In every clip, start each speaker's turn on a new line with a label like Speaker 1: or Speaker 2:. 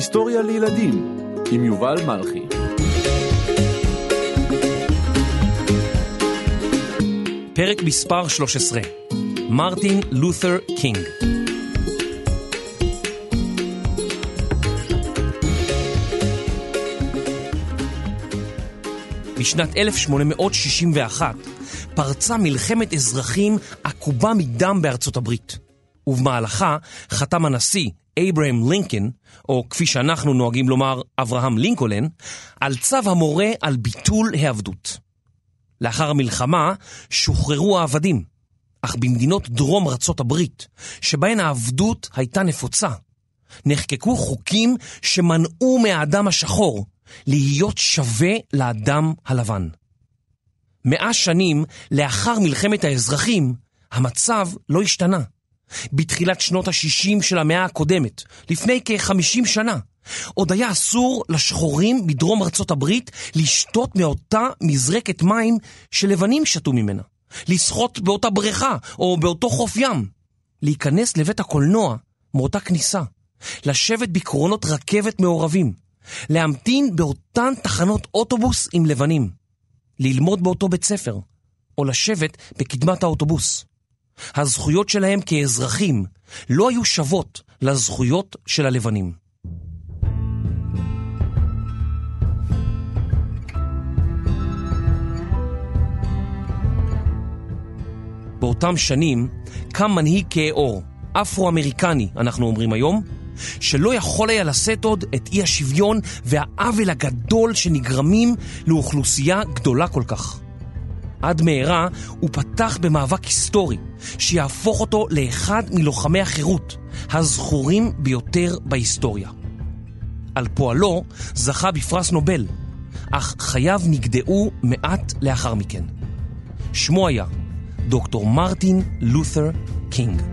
Speaker 1: היסטוריה לילדים עם יובל מלכי.
Speaker 2: פרק מספר 13. מרטין לותר קינג. בשנת 1861 פרצה מלחמת אזרחים עקובה מדם בארצות הברית, ובמהלכה חתם הנשיא אברהם לינקולן, או כפי שאנחנו נוהגים לומר אברהם לינקולן, על צו המורה על ביטול העבדות. לאחר המלחמה שוחררו העבדים, אך במדינות דרום ארצות הברית, שבהן העבדות הייתה נפוצה, נחקקו חוקים שמנעו מהאדם השחור להיות שווה לאדם הלבן. 100 שנים לאחר מלחמת האזרחים, המצב לא השתנה. בתחילת שנות ה-60 של המאה הקודמת, לפני כ-50 שנה, עוד היה אסור לשחורים בדרום ארצות הברית לשתות מאותה מזרקת מים שלבנים שתו ממנה, לשחות באותה בריכה או באותו חוף ים, להיכנס לבית הקולנוע מאותה כניסה, לשבת בקרונות רכבת מעורבים, להמתין באותן תחנות אוטובוס עם לבנים, ללמוד באותו בית ספר, או לשבת בקדמת האוטובוס. הזכויות שלהם כאזרחים לא היו שוות לזכויות של הלבנים. באותם שנים קם מנהיג כאור, אפרו-אמריקני, אנחנו אומרים היום, שלא יכול היה לשאת עוד את אי השוויון והעוול הגדול שנגרמים לאוכלוסייה גדולה כל כך. עד מהרה הוא פתח במאבק היסטורי שיהפוך אותו לאחד מלוחמי החירות הזכורים ביותר בהיסטוריה. על פועלו זכה בפרס נובל, אך חייו נגדעו מעט לאחר מכן. שמו היה דוקטור מרטין לותר קינג.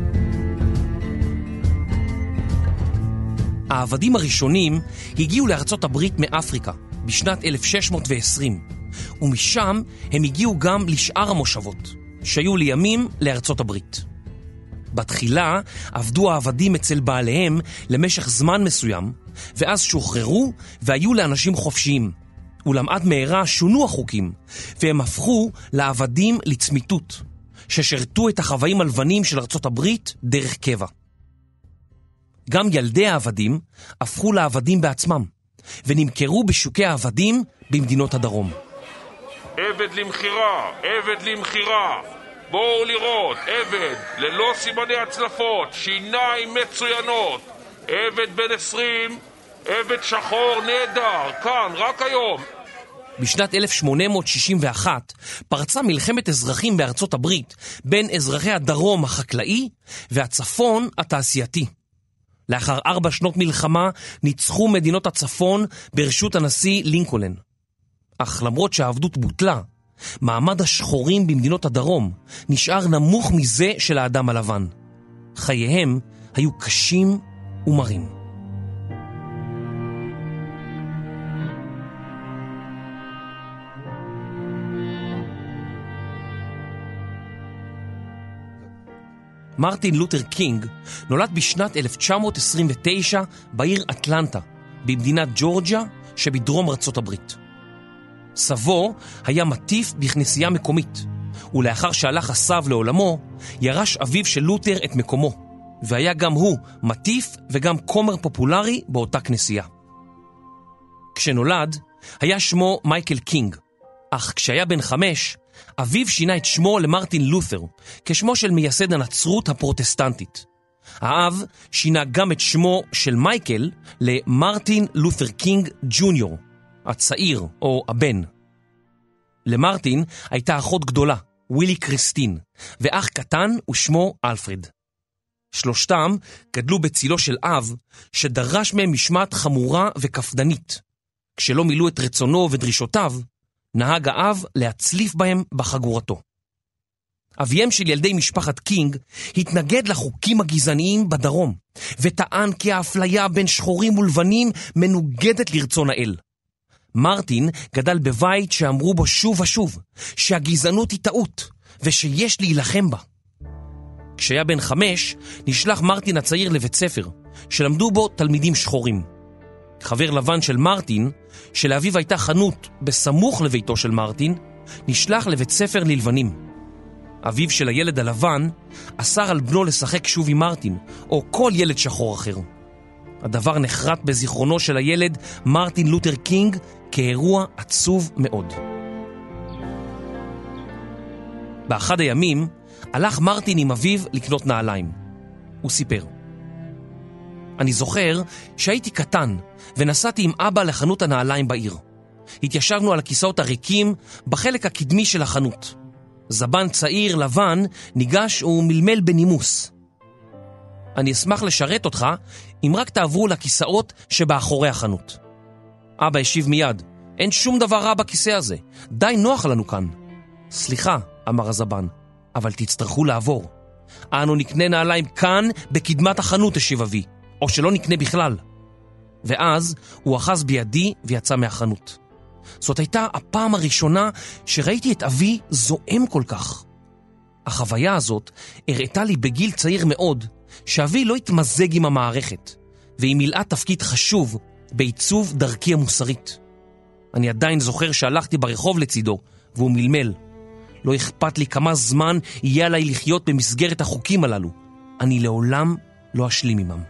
Speaker 2: העבדים הראשונים הגיעו לארצות הברית מאפריקה בשנת 1620, ומשם הם הגיעו גם לשאר המושבות, שהיו לימים לארצות הברית. בתחילה עבדו העבדים אצל בעליהם למשך זמן מסוים, ואז שוחררו והיו לאנשים חופשיים. אולם עד מהרה שונו החוקים, והם הפכו לעבדים לצמיתות, ששרתו את החוואים הלבנים של ארצות הברית דרך קבע. גם ילדי העבדים הפכו לעבדים בעצמם, ונמכרו בשוקי העבדים במדינות הדרום.
Speaker 3: עבד למחירה, עבד למחירה. בואו לראות, עבד ללא סימני הצלפות, שיניים מצוינות. עבד בן 20, עבד שחור נהדר, כאן, רק היום.
Speaker 2: בשנת 1861 פרצה מלחמת אזרחים בארצות הברית בין אזרחי הדרום החקלאי והצפון התעשייתי. לאחר 4 שנות מלחמה ניצחו מדינות הצפון ברשות הנשיא לינקולן. אך למרות שהעבדות בוטלה, מעמד השחורים במדינות הדרום נשאר נמוך מזה של האדם הלבן. חייהם היו קשים ומרים. מרטין לותר קינג נולד בשנת 1929 בעיר אטלנטה, במדינת ג'ורג'יה שבדרום ארצות הברית. סבו היה מטיף בכנסייה מקומית, ולאחר שהלך הסב לעולמו, ירש אביו של לותר את מקומו, והיה גם הוא מטיף וגם כומר פופולרי באותה כנסייה. כשנולד, היה שמו מייקל קינג, אך כשהיה בן 5, אביו שינה את שמו למרטין לותר, כשמו של מייסד הנצרות הפרוטסטנטית. האב שינה גם את שמו של מייקל למרטין לותר קינג ג'וניור, הצעיר או הבן. למרטין הייתה אחות גדולה, ווילי קריסטין, ואח קטן ושמו אלפרד. שלושתם גדלו בצילו של אב שדרש מהם משמעת חמורה וקפדנית. כשלא מילאו את רצונו ודרישותיו, נהג האב להצליף בהם בחגורתו. אביהם של ילדי משפחת קינג התנגד לחוקים הגזעניים בדרום, וטען כי האפליה בין שחורים ולבנים מנוגדת לרצון האל. מרטין גדל בבית שאמרו בו שוב ושוב שהגזענות היא טעות ושיש להילחם בה. כשהיה בן 5 נשלח מרטין הצעיר לבית ספר שלמדו בו תלמידים שחורים, חבר לבן של מרטין, שלאביו הייתה חנות בסמוך לביתו של מרטין, נשלח לבית ספר ללבנים. אביו של הילד הלבן אסר על בנו לשחק שוב עם מרטין, או כל ילד שחור אחר. הדבר נחרט בזיכרונו של הילד מרטין לותר קינג כאירוע עצוב מאוד. באחד הימים הלך מרטין עם אביו לקנות נעליים. הוא סיפר: אני זוכר שהייתי קטן ונסעתי עם אבא לחנות הנעליים בעיר. התיישבנו על הכיסאות הריקים בחלק הקדמי של החנות. זבן צעיר לבן ניגש ומלמל בנימוס: אני אשמח לשרת אותך אם רק תעברו לכיסאות שבאחורי החנות. אבא השיב מיד: אין שום דבר רע בכיסא הזה, די נוח לנו כאן. סליחה, אמר הזבן, אבל תצטרכו לעבור. אנו נקנה נעליים כאן בקדמת החנות, השיב אבי, או שלא נקנה בכלל. ואז הוא אחז בידי ויצא מהחנות. זאת הייתה הפעם הראשונה שראיתי את אבי זועם כל כך. החוויה הזאת הראתה לי בגיל צעיר מאוד שאבי לא התמזג עם המערכת, והיא מילאה תפקיד חשוב בעיצוב דרכי המוסרית. אני עדיין זוכר שהלכתי ברחוב לצידו, והוא מלמל: לא אכפת לי כמה זמן יהיה עליי לחיות במסגרת החוקים הללו. אני לעולם לא אשלים עמם.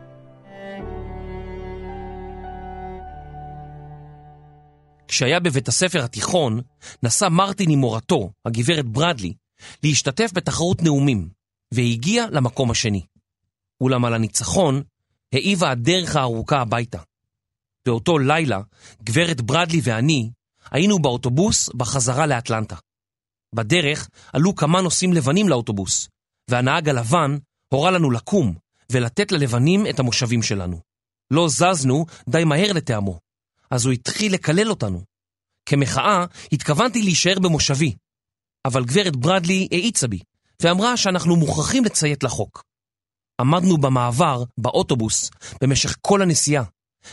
Speaker 2: כשהיה בבית הספר התיכון, נסע מרטין עם מורתו, הגברת ברדלי, להשתתף בתחרות נאומים, והגיע למקום השני. אולם על הניצחון, העיבה הדרך הארוכה הביתה. באותו לילה, גברת ברדלי ואני היינו באוטובוס בחזרה לאטלנטה. בדרך עלו כמה נוסעים לבנים לאוטובוס, והנהג הלבן הורה לנו לקום ולתת ללבנים את המושבים שלנו. לא זזנו די מהר לטעמו, אז הוא התחיל לקלל אותנו. כמחאה התכוונתי להישאר במושבי, אבל גברת ברדלי העיצה בי, ואמרה שאנחנו מוכרחים לציית לחוק. עמדנו במעבר, באוטובוס, במשך כל הנסיעה,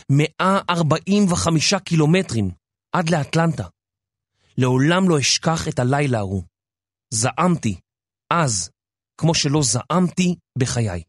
Speaker 2: 145 קילומטרים, עד לאטלנטה. לעולם לא אשכח את הלילה ההוא. זעמתי, אז, כמו שלא זעמתי בחיי.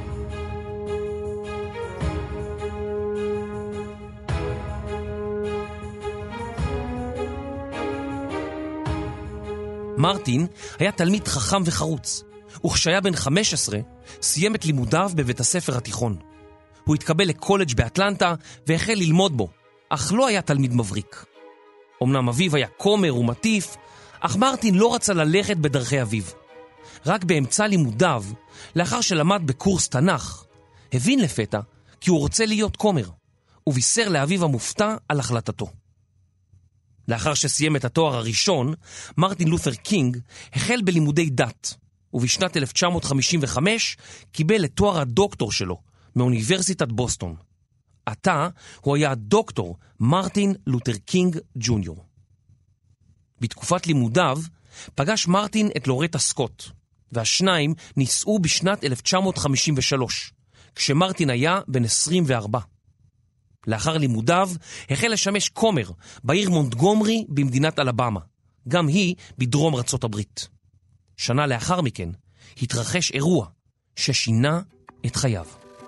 Speaker 2: מרטין היה תלמיד חכם וחרוץ, וכשהיה בן 15 סיים את לימודיו בבית הספר התיכון. הוא התקבל לקולג' באטלנטה והחל ללמוד בו, אך לא היה תלמיד מבריק. אמנם אביו היה כומר ומטיף, אך מרטין לא רצה ללכת בדרכי אביו. רק באמצע לימודיו, לאחר שלמד בקורס תנ"ך, הבין לפתע כי הוא רוצה להיות כומר, ובישר לאביו המופתע על החלטתו. לאחר שסיים את התואר הראשון, מרטין לותר קינג החל בלימודי דת, ובשנת 1955 קיבל את תואר הדוקטור שלו מאוניברסיטת בוסטון. עתה הוא היה דוקטור מרטין לותר קינג ג'וניור. בתקופת לימודיו פגש מרטין את לורטה סקוט, והשניים נישאו בשנת 1953, כשמרטין היה בן 24. לאחר לימודיו החל לשמש כומר בעיר מונטגומרי במדינת אלבמה, גם היא בדרום ארצות הברית. שנה לאחר מכן התרחש אירוע ששינה את חייו.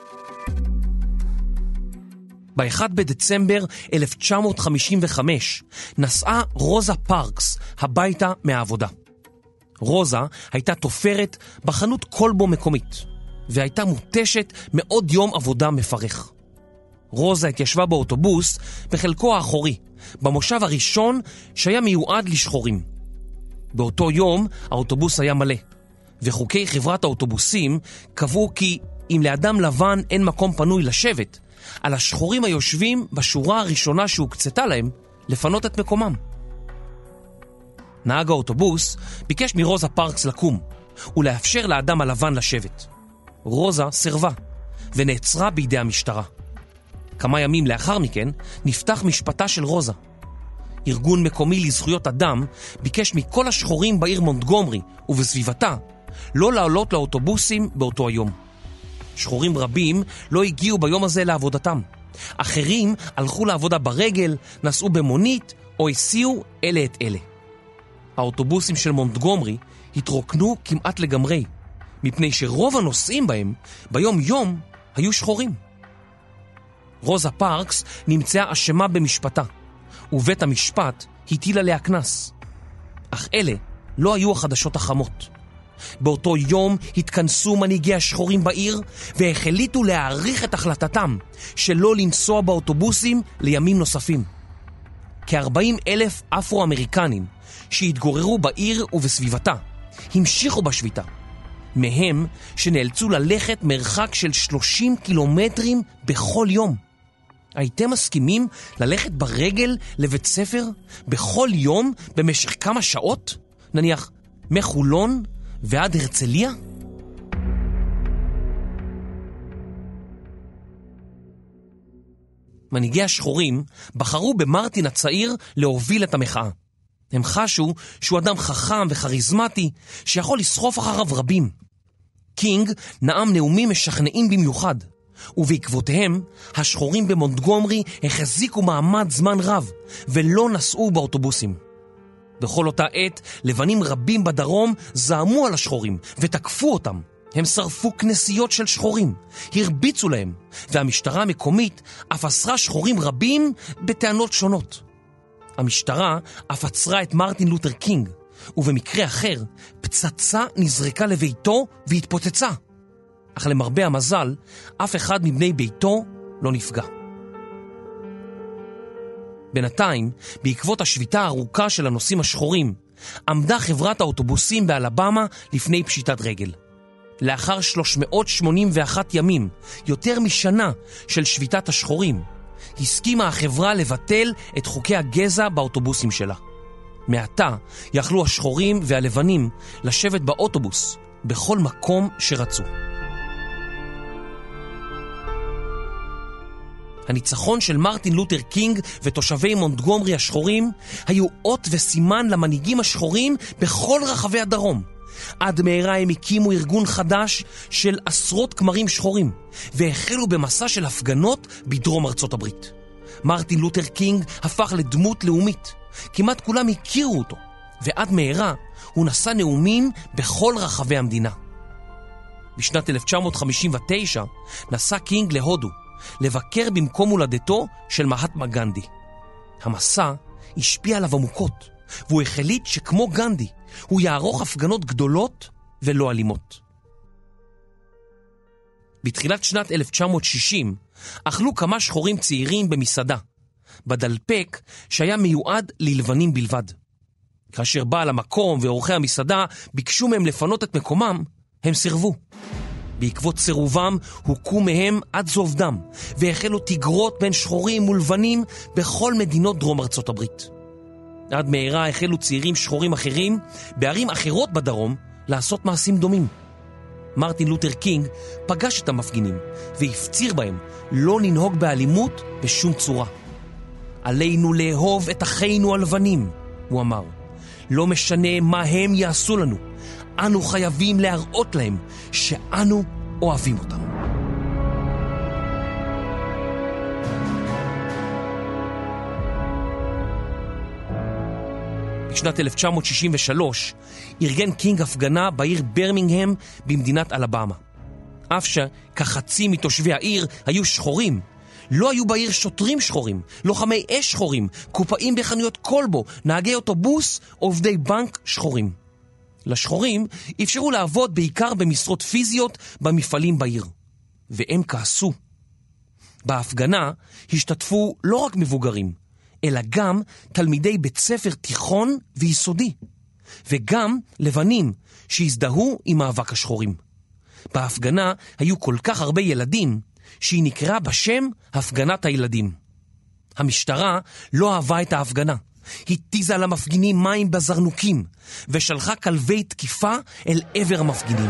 Speaker 2: ב-1 בדצמבר 1955 נסעה רוזה פארקס הביתה מהעבודה. רוזה הייתה תופרת בחנות קולבו מקומית, והייתה מותשת מעוד יום עבודה מפרך. רוזה התיישבה באוטובוס בחלקו האחורי, במושב הראשון שהיה מיועד לשחורים. באותו יום האוטובוס היה מלא, וחוקי חברת האוטובוסים קבעו כי אם לאדם לבן אין מקום פנוי לשבת, על השחורים היושבים בשורה הראשונה שהוקצתה להם לפנות את מקומם. נהג האוטובוס ביקש מרוזה פארקס לקום ולאפשר לאדם הלבן לשבת. רוזה סרבה ונעצרה בידי המשטרה. כמה ימים לאחר מכן נפתח משפטה של רוזה. ארגון מקומי לזכויות אדם ביקש מכל השחורים בעיר מונטגומרי ובסביבתה לא לעלות לאוטובוסים באותו היום. שחורים רבים לא הגיעו ביום הזה לעבודתם. אחרים הלכו לעבודה ברגל, נסעו במונית או הסיעו אלה את אלה. האוטובוסים של מונטגומרי התרוקנו כמעט לגמרי, מפני שרוב הנוסעים בהם ביום יום היו שחורים. רוזה פארקס נמצאה אשמה במשפטה, ובית המשפט הטיל עליה קנס. אך אלה לא היו החדשות החמות. באותו יום התכנסו מנהיגי השחורים בעיר והחליטו להאריך את החלטתם שלא לנסוע באוטובוסים לימים נוספים. כ-40,000 אפרו-אמריקנים שהתגוררו בעיר ובסביבתה המשיכו בשביתה, מהם שנאלצו ללכת מרחק של 30 קילומטרים בכל יום. הייתם מסכימים ללכת ברגל לבית ספר בכל יום במשך כמה שעות? נניח מחולון ועד הרצליה? מנהיגי השחורים בחרו במרטין הצעיר להוביל את המחאה. הם חשו שהוא אדם חכם וכריזמטי שיכול לסחוף אחריו רבים. קינג נאם נאומים משכנעים במיוחד, ובעקבותיהם השחורים במונטגומרי החזיקו מעמד זמן רב ולא נסעו באוטובוסים. בכל אותה עת לבנים רבים בדרום זעמו על השחורים ותקפו אותם. הם שרפו כנסיות של שחורים, הרביצו להם, והמשטרה המקומית אף אסרה שחורים רבים בטענות שונות. המשטרה אף עצרה את מרטין לותר קינג, ובמקרה אחר פצצה נזרקה לביתו והתפוצצה. אך למרבה המזל, אף אחד מבני ביתו לא נפגע. בינתיים, בעקבות השביתה הארוכה של הנוסעים השחורים, עמדה חברת האוטובוסים באלבמה לפני פשיטת רגל. לאחר 381 ימים, יותר משנה של שביתת השחורים, הסכימה החברה לבטל את חוקי הגזע באוטובוסים שלה. מעתה יכלו השחורים והלבנים לשבת באוטובוס בכל מקום שרצו. הניצחון של מרטין לותר קינג ותושבי מונטגומרי השחורים היו אות וסימן למנהיגים השחורים בכל רחבי הדרום. עד מהרה הם הקימו ארגון חדש של עשרות כמרים שחורים והחלו במסע של הפגנות בדרום ארצות הברית. מרטין לותר קינג הפך לדמות לאומית. כמעט כולם הכירו אותו, ועד מהרה הוא נשא נאומים בכל רחבי המדינה. בשנת 1959 נסע קינג להודו לבקר במקום הולדתו של מהטמה גנדי. המסע השפיע עליו עמוקות, והוא החליט שכמו גנדי הוא יערוך הפגנות גדולות ולא אלימות. בתחילת שנת 1960 אכלו כמה שחורים צעירים במסעדה, בדלפק שהיה מיועד ללבנים בלבד. כאשר בעל המקום ואורחי המסעדה ביקשו מהם לפנות את מקומם, הם סירבו. בעקבות סירובם הוקו מהם עד זוב דם, והחלו תגרות בין שחורים ולבנים בכל מדינות דרום ארצות הברית. עד מהרה החלו צעירים שחורים אחרים בערים אחרות בדרום לעשות מעשים דומים. מרטין לותר קינג פגש את המפגינים והפציר בהם לא לנהוג באלימות בשום צורה. עלינו לאהוב את אחינו הלבנים, הוא אמר. לא משנה מה הם יעשו לנו, אנו חייבים להראות להם שאנו אוהבים אותם. בשנת 1963 ארגן קינג הפגנה בעיר ברמינגהם במדינת אלבמה. אף שכחצי מתושבי העיר היו שחורים, לא היו בעיר שוטרים שחורים, לוחמי אש שחורים, קופאים בחנויות קולבו, נהגי אוטובוס, עובדי בנק שחורים. לשחורים אפשרו לעבוד בעיקר במשרות פיזיות במפעלים בעיר, והם כעסו. בהפגנה השתתפו לא רק מבוגרים, אלא גם תלמידי בית ספר תיכון ויסודי, וגם לבנים שהזדהו עם מאבק השחורים. בהפגנה היו כל כך הרבה ילדים שהיא נקראה בשם הפגנת הילדים. המשטרה לא אהבה את ההפגנה, התיזה למפגינים מים בזרנוקים ושלחה כלבי תקיפה אל עבר המפגינים.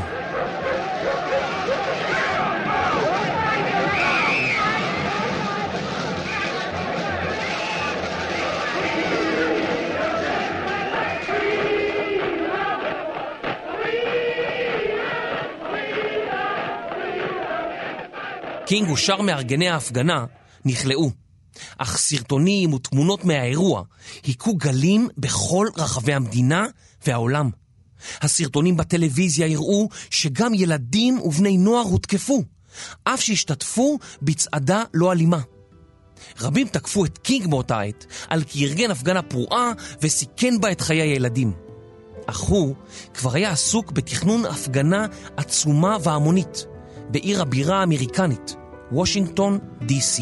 Speaker 2: קינג ושאר מארגני ההפגנה נכלאו, אך סרטונים ותמונות מהאירוע היכו גלים בכל רחבי המדינה והעולם. הסרטונים בטלוויזיה הראו שגם ילדים ובני נוער הותקפו, אף שהשתתפו בצעדה לא אלימה. רבים תקפו את קינג מאותה עת על כי ארגן הפגנה פרועה וסיכן בה את חיי הילדים. אך הוא כבר היה עסוק בתכנון הפגנה עצומה והמונית בעיר הבירה האמריקנית, וושינגטון די.סי.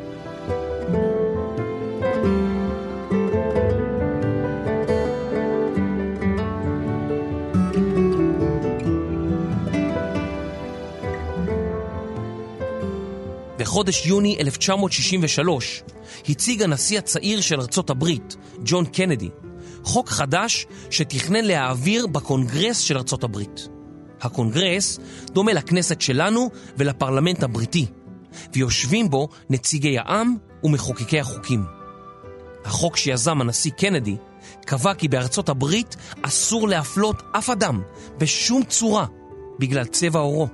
Speaker 2: בחודש יוני 1963 הציג הנשיא הצעיר של ארצות הברית, ג'ון קנדי, חוק חדש שתכנן להעביר בקונגרס של ארצות הברית. הקונגרס דומה לכנסת שלנו ולפרלמנט הבריטי, ויושבים בו נציגי העם ומחוקקי החוקים. החוק שיזם הנשיא קנדי קבע כי בארצות הברית אסור להפלות אף אדם בשום צורה בגלל צבע עורו.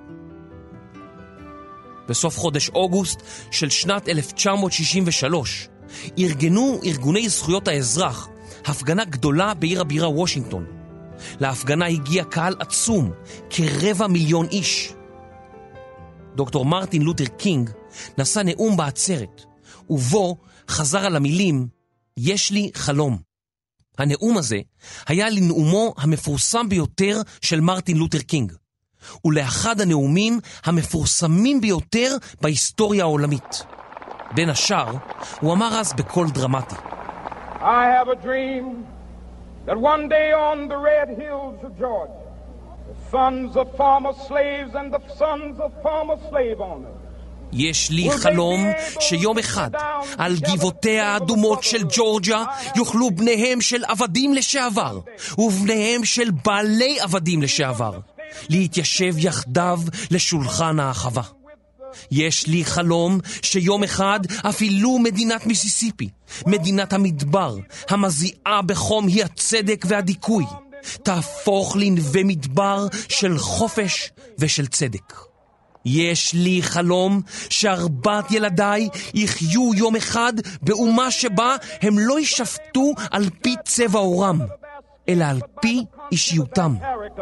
Speaker 2: בסוף חודש אוגוסט של שנת 1963 ארגנו ארגוני זכויות האזרח הפגנה גדולה בעיר הבירה וושינגטון. להפגנה הגיע קהל עצום, כ250,000 איש. דוקטור מרטין לותר קינג נשא נאום בעצרת, ובו חזר על המילים, יש לי חלום. הנאום הזה היה לנאומו המפורסם ביותר של מרטין לותר קינג, ולאחד הנאומים המפורסמים ביותר בהיסטוריה העולמית. בין השאר, הוא אמר אז בקול דרמטי,
Speaker 4: I have a dream that one day on the red hills of Georgia, the sons of former slaves and the sons of former slave owners,
Speaker 2: יש לי חלום שיום אחד על גבעותיה האדומות של ג'ורג'יה יוכלו בניהם של עבדים לשעבר ובניהם של בעלי עבדים לשעבר להתיישב יחדיו לשולחן האחווה. יש לי חלום שיום אחד אפילו מדינת מיסיסיפי, מדינת המדבר, המזיעה בחום היא הצדק והדיכוי, תהפוך לנווה מדבר של חופש ושל צדק. יש לי חלום שארבעת ילדיי יחיו יום אחד באומה שבה הם לא ישפטו על פי צבע עורם, אלא על פי אישיותם.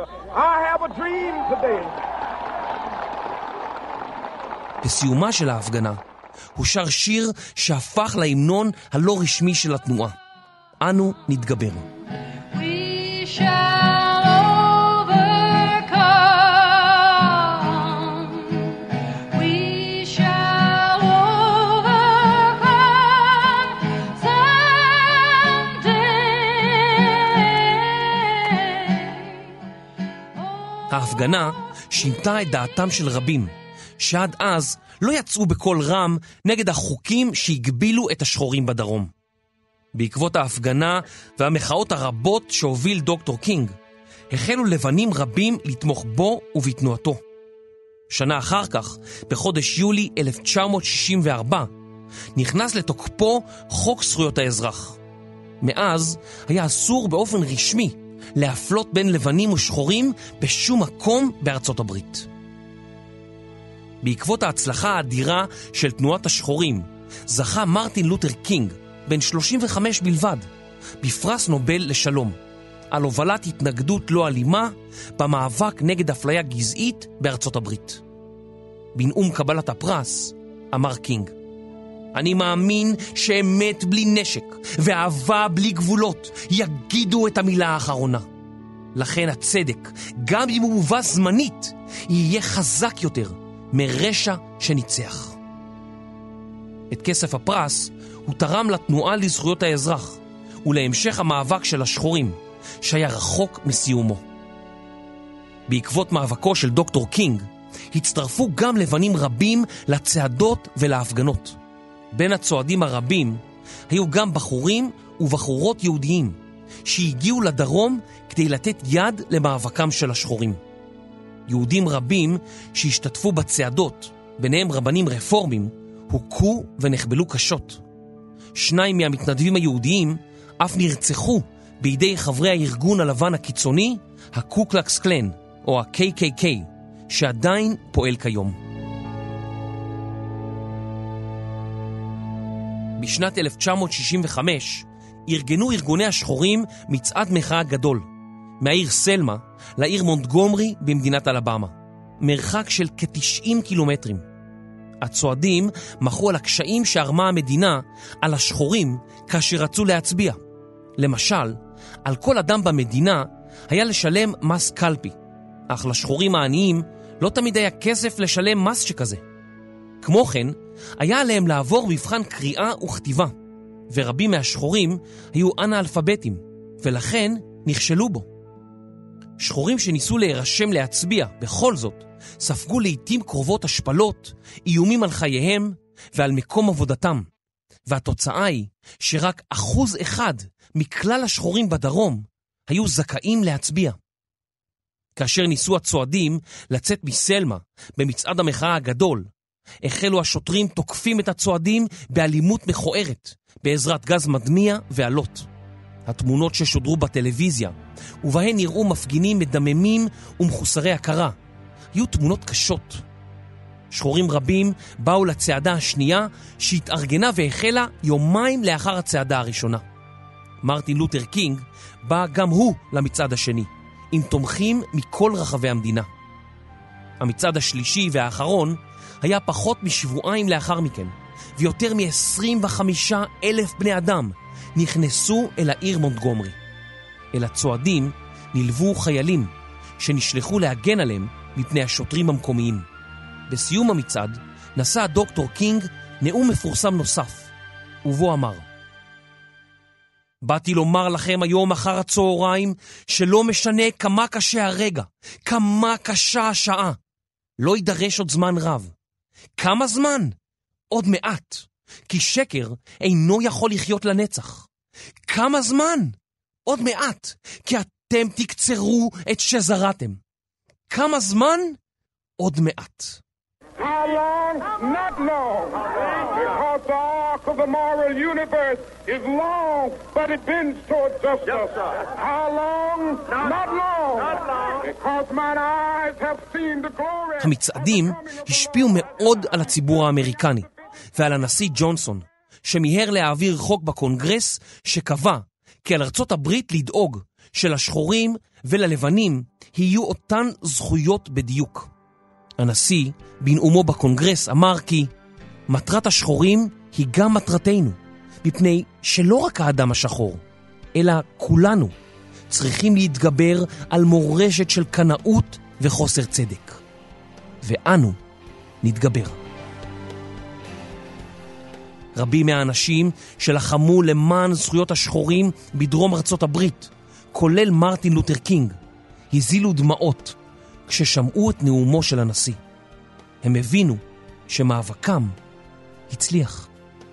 Speaker 2: בסיומה של ההפגנה הוא שר שיר שהפך להמנון הלא רשמי של התנועה. אנו נתגבר.
Speaker 5: We shall overcome. We shall overcome someday.
Speaker 2: ההפגנה שינתה את דעתם של רבים, שעד אז לא יצאו בקול רם נגד החוקים שהגבילו את השחורים בדרום. בעקבות ההפגנה והמחאות הרבות שהוביל דוקטור קינג, החלו לבנים רבים לתמוך בו ובתנועתו. שנה אחר כך, בחודש יולי 1964, נכנס לתוקפו חוק זכויות האזרח. מאז היה אסור באופן רשמי להפלות בין לבנים ושחורים בשום מקום בארצות הברית. בעקבות ההצלחה האדירה של תנועת השחורים, זכה מרטין לותר קינג, בן 35 בלבד, בפרס נובל לשלום, על הובלת התנגדות לא אלימה במאבק נגד אפליה גזעית בארצות הברית. בנאום קבלת הפרס, אמר קינג, אני מאמין שאמת בלי נשק ואהבה בלי גבולות יגידו את המילה האחרונה. לכן הצדק, גם אם הוא מובא זמנית, יהיה חזק יותר מרשע שניצח. את כסף הפרס הוא תרם לתנועה לזכויות האזרח ולהמשך המאבק של השחורים, שהיה רחוק מסיומו. בעקבות מאבקו של דוקטור קינג, הצטרפו גם לבנים רבים לצעדות ולהפגנות. בין הצועדים הרבים היו גם בחורים ובחורות יהודיים שהגיעו לדרום כדי לתת יד למאבקם של השחורים. יהודים רבים שהשתתפו בצעדות, ביניהם רבנים רפורמים, הוכו ונחבלו קשות. 2 מהמתנדבים היהודיים אף נרצחו בידי חברי הארגון הלבן הקיצוני, הקו קלקס קלן, או ה-KKK, שעדיין פועל כיום. בשנת 1965 ארגנו ארגוני השחורים מצעד מחאה גדול, מהעיר סלמה לעיר מונטגומרי במדינת אלבמה, מרחק של כ-90 קילומטרים. הצועדים מחו על הקשיים שהרמה המדינה על השחורים כאשר רצו להצביע. למשל, על כל אדם במדינה היה לשלם מס קלפי, אך לשחורים העניים לא תמיד היה כסף לשלם מס שכזה. כמו כן, היה עליהם לעבור מבחן קריאה וכתיבה, ורבים מהשחורים היו אנאלפביתים, ולכן נכשלו בו. שחורים שניסו להירשם להצביע בכל זאת, ספגו לעתים קרובות השפלות, איומים על חייהם ועל מקום עבודתם. והתוצאה היא שרק 1% מכלל השחורים בדרום היו זכאים להצביע. כאשר ניסו הצועדים לצאת מסלמה במצעד המחאה הגדול, החלו השוטרים תוקפים את הצועדים באלימות מכוערת, בעזרת גז מדמיע ועלות. התמונות ששודרו בטלוויזיה, ובהן נראו מפגינים מדממים ומחוסרי הכרה, היו תמונות קשות. שחורים רבים באו לצעדה השנייה שהתארגנה והחלה יומיים לאחר הצעדה הראשונה. מרטין לותר קינג בא גם הוא למצעד השני, עם תומכים מכל רחבי המדינה. המצעד השלישי והאחרון היה פחות משבועיים לאחר מכן, ויותר מ-25,000 בני אדם נכנסו אל העיר מונטגומרי. אל הצועדים נלוו חיילים שנשלחו להגן עליהם מפני השוטרים המקומיים. בסיום המצעד נשא דוקטור קינג נאום מפורסם נוסף, ובו אמר: באתי לומר לכם היום אחר הצהריים שלא משנה כמה קשה הרגע, כמה קשה השעה, לא יידרש עוד זמן רב. כמה זמן? עוד מעט, כי שקר אינו יכול לחיות לנצח. כמה זמן? עוד מעט, כי אתם תקצרו את שזרעתם. כמה זמן? עוד מעט.
Speaker 4: How long? Not long. Because the arc of the moral universe is long, but it bends toward justice. How long? Not long. Because mine eyes have seen the glory.
Speaker 2: המצעדים השפיעו מאוד על הציבור האמריקני ועל הנשיא ג'ונסון, שמיהר להעביר חוק בקונגרס שקבע כי על ארצות הברית לדאוג שלשחורים וללבנים יהיו אותן זכויות בדיוק. הנשיא בנאומו בקונגרס אמר כי מטרת השחורים היא גם מטרתנו, מפני שלא רק האדם השחור, אלא כולנו צריכים להתגבר על מורשת של קנאות וחוסר צדק. ואנו נתגבר. רבים מהאנשים שלחמו למען זכויות השחורים בדרום ארצות הברית, כולל מרטין לותר קינג, הזילו דמעות כששמעו את נאומו של הנשיא. הם הבינו שמאבקם הצליח.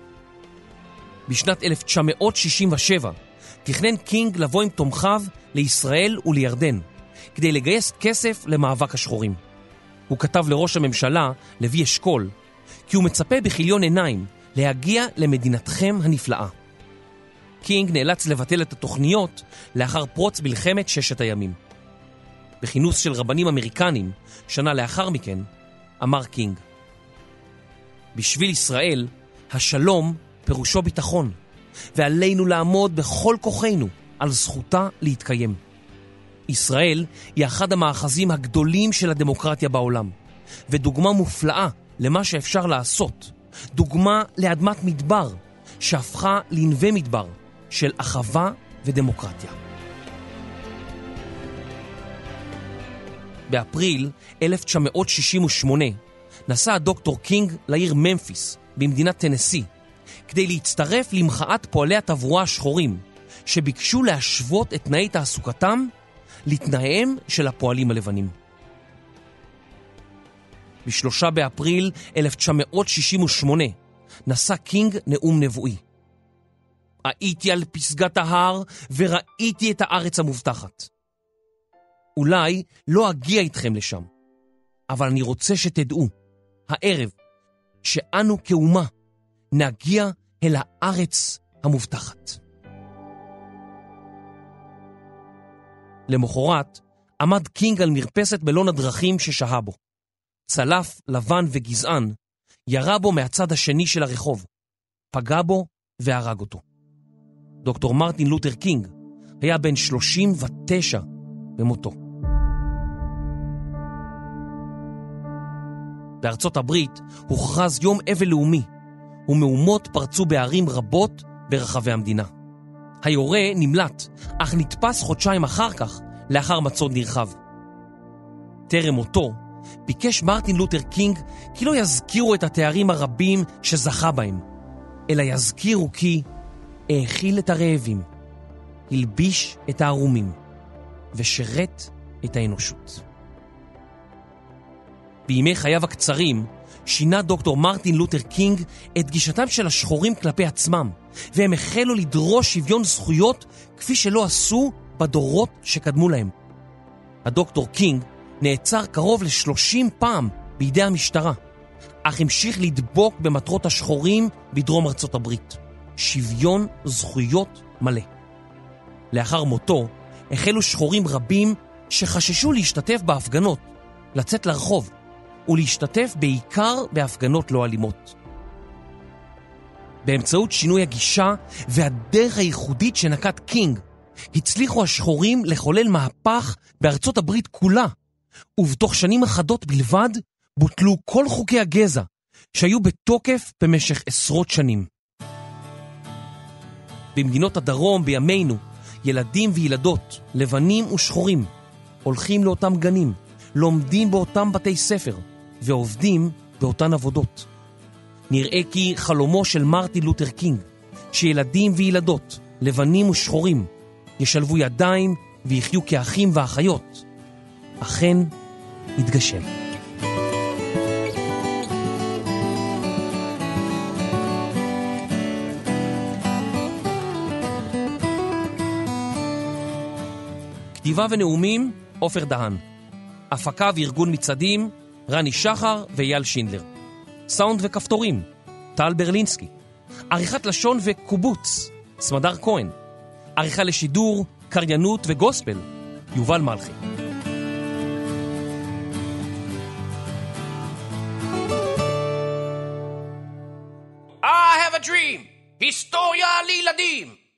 Speaker 2: בשנת 1967 תכנן קינג לבוא עם תומכיו לישראל ולירדן, כדי לגייס כסף למאבק השחורים. הוא כתב לראש הממשלה, לוי אשכול, כי הוא מצפה בכיליון עיניים להגיע למדינתכם הנפלאה. קינג נאלץ לבטל את התוכניות לאחר פרוץ מלחמת ששת הימים. בכינוס של רבנים אמריקנים, שנה לאחר מכן, אמר קינג: בשביל ישראל, השלום פירושו ביטחון, ועלינו לעמוד בכל כוחנו על זכותה להתקיים. ישראל היא אחד המאחזים הגדולים של הדמוקרטיה בעולם, ודוגמה מופלאה למה שאפשר לעשות, דוגמה לאדמת מדבר שהפכה לנווה מדבר של אחווה ודמוקרטיה. באפריל 1968 נסע דוקטור קינג לעיר ממפיס במדינת טנסי כדי להצטרף למחאת פועלי התברואה השחורים שביקשו להשוות את תנאי תעסוקתם לתנאיהם של הפועלים הלבנים. ב3 באפריל 1968 נשא קינג נאום נבואי. הייתי על פסגת ההר וראיתי את הארץ המובטחת. אולי לא אגיע איתכם לשם, אבל אני רוצה שתדעו, הערב, שאנו כאומה נגיע אל הארץ המובטחת. למחרת עמד קינג על מרפסת בלון הדרכים ששהה בו. צלף לבן וגזען ירה בו מהצד השני של הרחוב, פגע בו והרג אותו. דוקטור מרטין לותר קינג היה בן 39 במותו. בארצות הברית הוכרז יום אבל לאומי, ומהומות פרצו בערים רבות ברחבי המדינה. היורה נמלט, אך נתפס חודשיים אחר כך, לאחר מצוד נרחב. טרם מותו, ביקש מרטין לותר קינג כי לא יזכירו את התארים הרבים שזכה בהם, אלא יזכירו כי האכיל את הרעבים, הלביש את הערומים, ושרת את האנושות. בימי חייו הקצרים שינה דוקטור מרטין לותר קינג את גישתם של השחורים כלפי עצמם, והם החלו לדרוש שוויון זכויות כפי שלא עשו בדורות שקדמו להם. הדוקטור קינג נעצר קרוב ל-30 פעם בידי המשטרה, אך המשיך לדבוק במטרות השחורים בדרום ארצות הברית, שוויון זכויות מלא. לאחר מותו החלו שחורים רבים שחששו להשתתף בהפגנות, לצאת לרחוב, ולהשתתף בעיקר בהפגנות לא אלימות. באמצעות שינוי הגישה והדרך הייחודית שנקט קינג, הצליחו השחורים לחולל מהפך בארצות הברית כולה, ובתוך שנים אחדות בלבד בוטלו כל חוקי הגזע שהיו בתוקף במשך עשרות שנים. במדינות הדרום בימינו, ילדים וילדות, לבנים ושחורים, הולכים לאותם גנים, לומדים באותם בתי ספר, ועובדים באותן עבודות. נראה כי חלומו של מרטין לותר קינג, שילדים וילדות, לבנים ושחורים, ישלבו ידיים ויחיו כאחים ואחיות, אכן יתגשם. כתיבה ונאומים, עופר דהן. הפקה וארגון מצעדים, רני שחר ואייל שינדלר. סאונד וכפתורים, טל ברלינסקי. עריכת לשון וקובוץ, סמדר כהן. עריכה לשידור, קריינות וגוספל, יובל מלכי. I have a dream, היסטוריה לילדים.